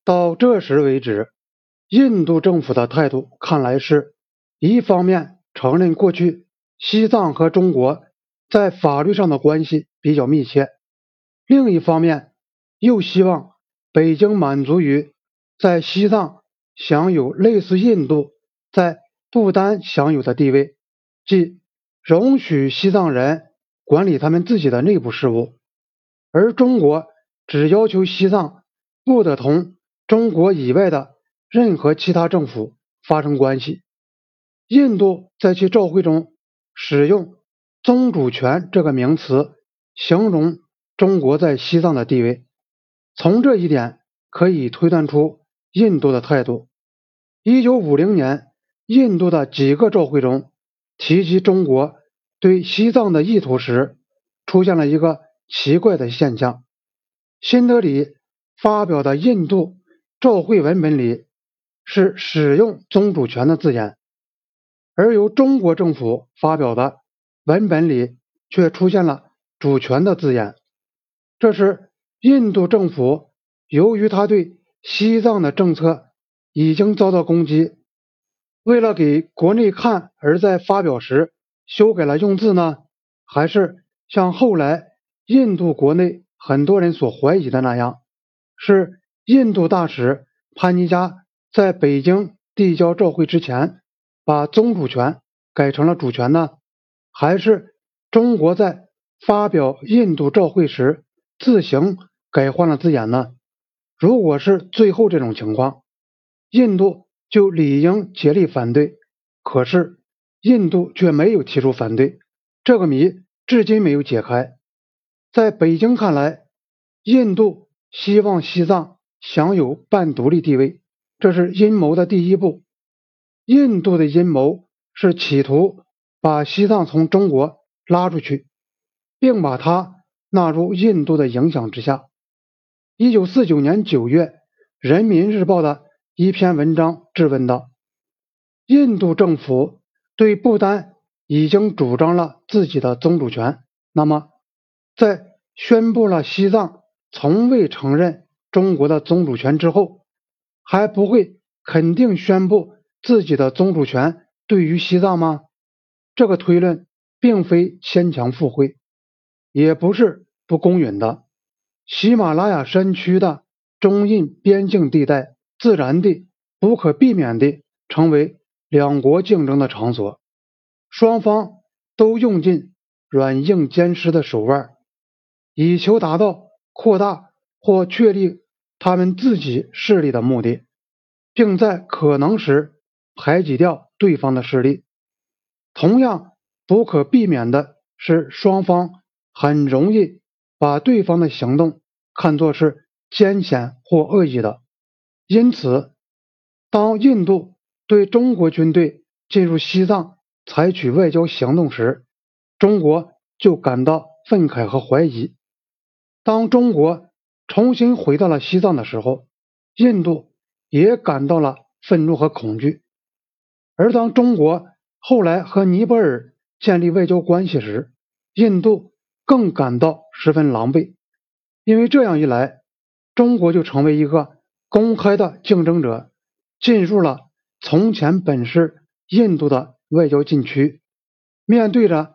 到这时为止，印度政府的态度看来是一方面承认过去西藏和中国在法律上的关系比较密切，另一方面又希望北京满足于在西藏享有类似印度在不丹享有的地位，即容许西藏人管理他们自己的内部事务，而中国只要求西藏不得同中国以外的任何其他政府发生关系。印度在其照会中使用宗主权这个名词形容中国在西藏的地位，从这一点可以推断出印度的态度。1950年，印度的几个照会中提及中国对西藏的意图时，出现了一个奇怪的现象。新德里发表的印度照会文本里是使用宗主权的字眼，而由中国政府发表的文本里却出现了主权的字眼。这是印度政府由于他对西藏的政策已经遭到攻击，为了给国内看而在发表时修改了用字呢，还是像后来印度国内很多人所怀疑的那样，是印度大使潘尼加在北京递交照会之前把宗主权改成了主权呢？还是中国在发表印度照会时自行改换了字眼呢？如果是最后这种情况，印度就理应竭力反对，可是印度却没有提出反对，这个谜至今没有解开。在北京看来，印度希望西藏享有半独立地位，这是阴谋的第一步。印度的阴谋是企图把西藏从中国拉出去，并把它纳入印度的影响之下。1949年9月，人民日报的一篇文章质问道，印度政府对不丹已经主张了自己的宗主权，那么在宣布了西藏从未承认中国的宗主权之后，还不会肯定宣布自己的宗主权对于西藏吗？这个推论并非牵强附会，也不是不公允的。喜马拉雅山区的中印边境地带自然地不可避免地成为两国竞争的场所，双方都用尽软硬兼施的手腕，以求达到扩大或确立他们自己势力的目的，并在可能时排挤掉对方的势力。同样不可避免的是，双方很容易把对方的行动看作是艰险或恶意的。因此，当印度对中国军队进入西藏采取外交行动时，中国就感到愤慨和怀疑。当中国重新回到了西藏的时候，印度也感到了愤怒和恐惧。而当中国后来和尼泊尔建立外交关系时，印度更感到十分狼狈，因为这样一来，中国就成为一个公开的竞争者，进入了从前本是印度的外交禁区。面对着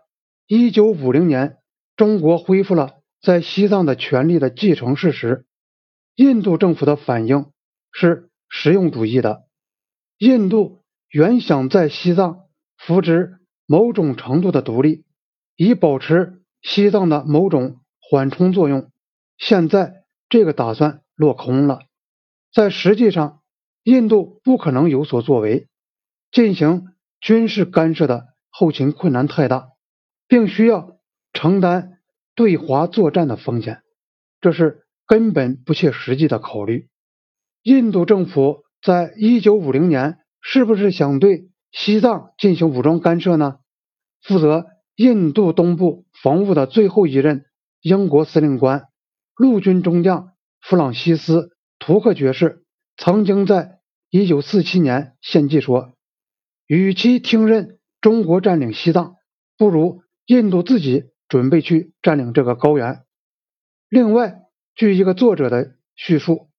1950年中国恢复了在西藏的权力的既成事实，印度政府的反应是实用主义的。印度原想在西藏扶植某种程度的独立，以保持西藏的某种缓冲作用，现在这个打算落空了。在实际上，印度不可能有所作为，进行军事干涉的后勤困难太大，并需要承担对华作战的风险，这是根本不切实际的考虑。印度政府在1950年是不是想对西藏进行武装干涉呢？负责印度东部防务的最后一任英国司令官陆军中将弗朗西斯·图克爵士曾经在1947年献计说，与其听任中国占领西藏，不如印度自己准备去占领这个高原。另外，据一个作者的叙述，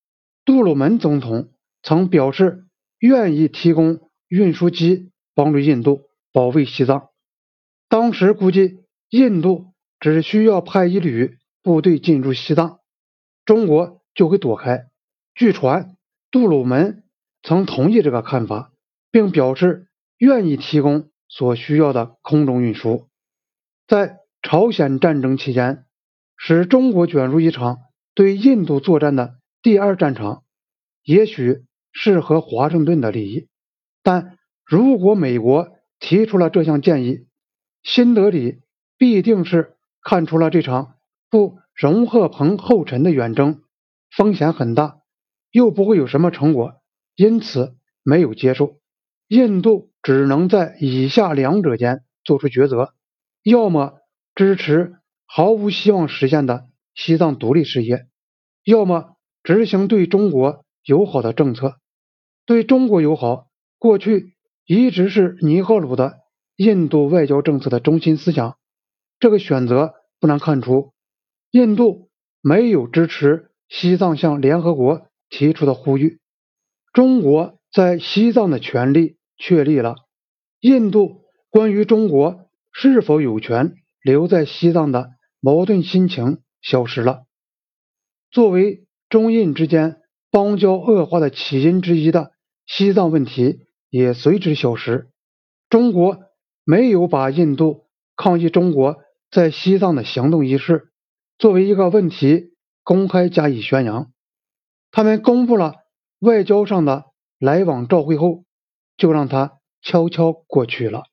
杜鲁门总统曾表示愿意提供运输机帮助印度保卫西藏。当时估计印度只需要派一旅部队进入西藏，中国就会躲开。据传，杜鲁门曾同意这个看法，并表示愿意提供所需要的空中运输。在朝鲜战争期间，使中国卷入一场对印度作战的第二战场，也许适合华盛顿的利益，但如果美国提出了这项建议，新德里必定是看出了这场步荣鹤鹏后尘的远征风险很大，又不会有什么成果，因此没有接受。印度只能在以下两者间做出抉择，要么支持毫无希望实现的西藏独立事业，要么执行对中国友好的政策。对中国友好，过去一直是尼赫鲁的印度外交政策的中心思想。这个选择不难看出，印度没有支持西藏向联合国提出的呼吁。中国在西藏的权利确立了，印度关于中国是否有权留在西藏的矛盾心情消失了。作为中印之间邦交恶化的起因之一的西藏问题也随之消失。中国没有把印度抗议中国在西藏的行动一事作为一个问题公开加以宣扬。他们公布了外交上的来往照会后，就让它悄悄过去了。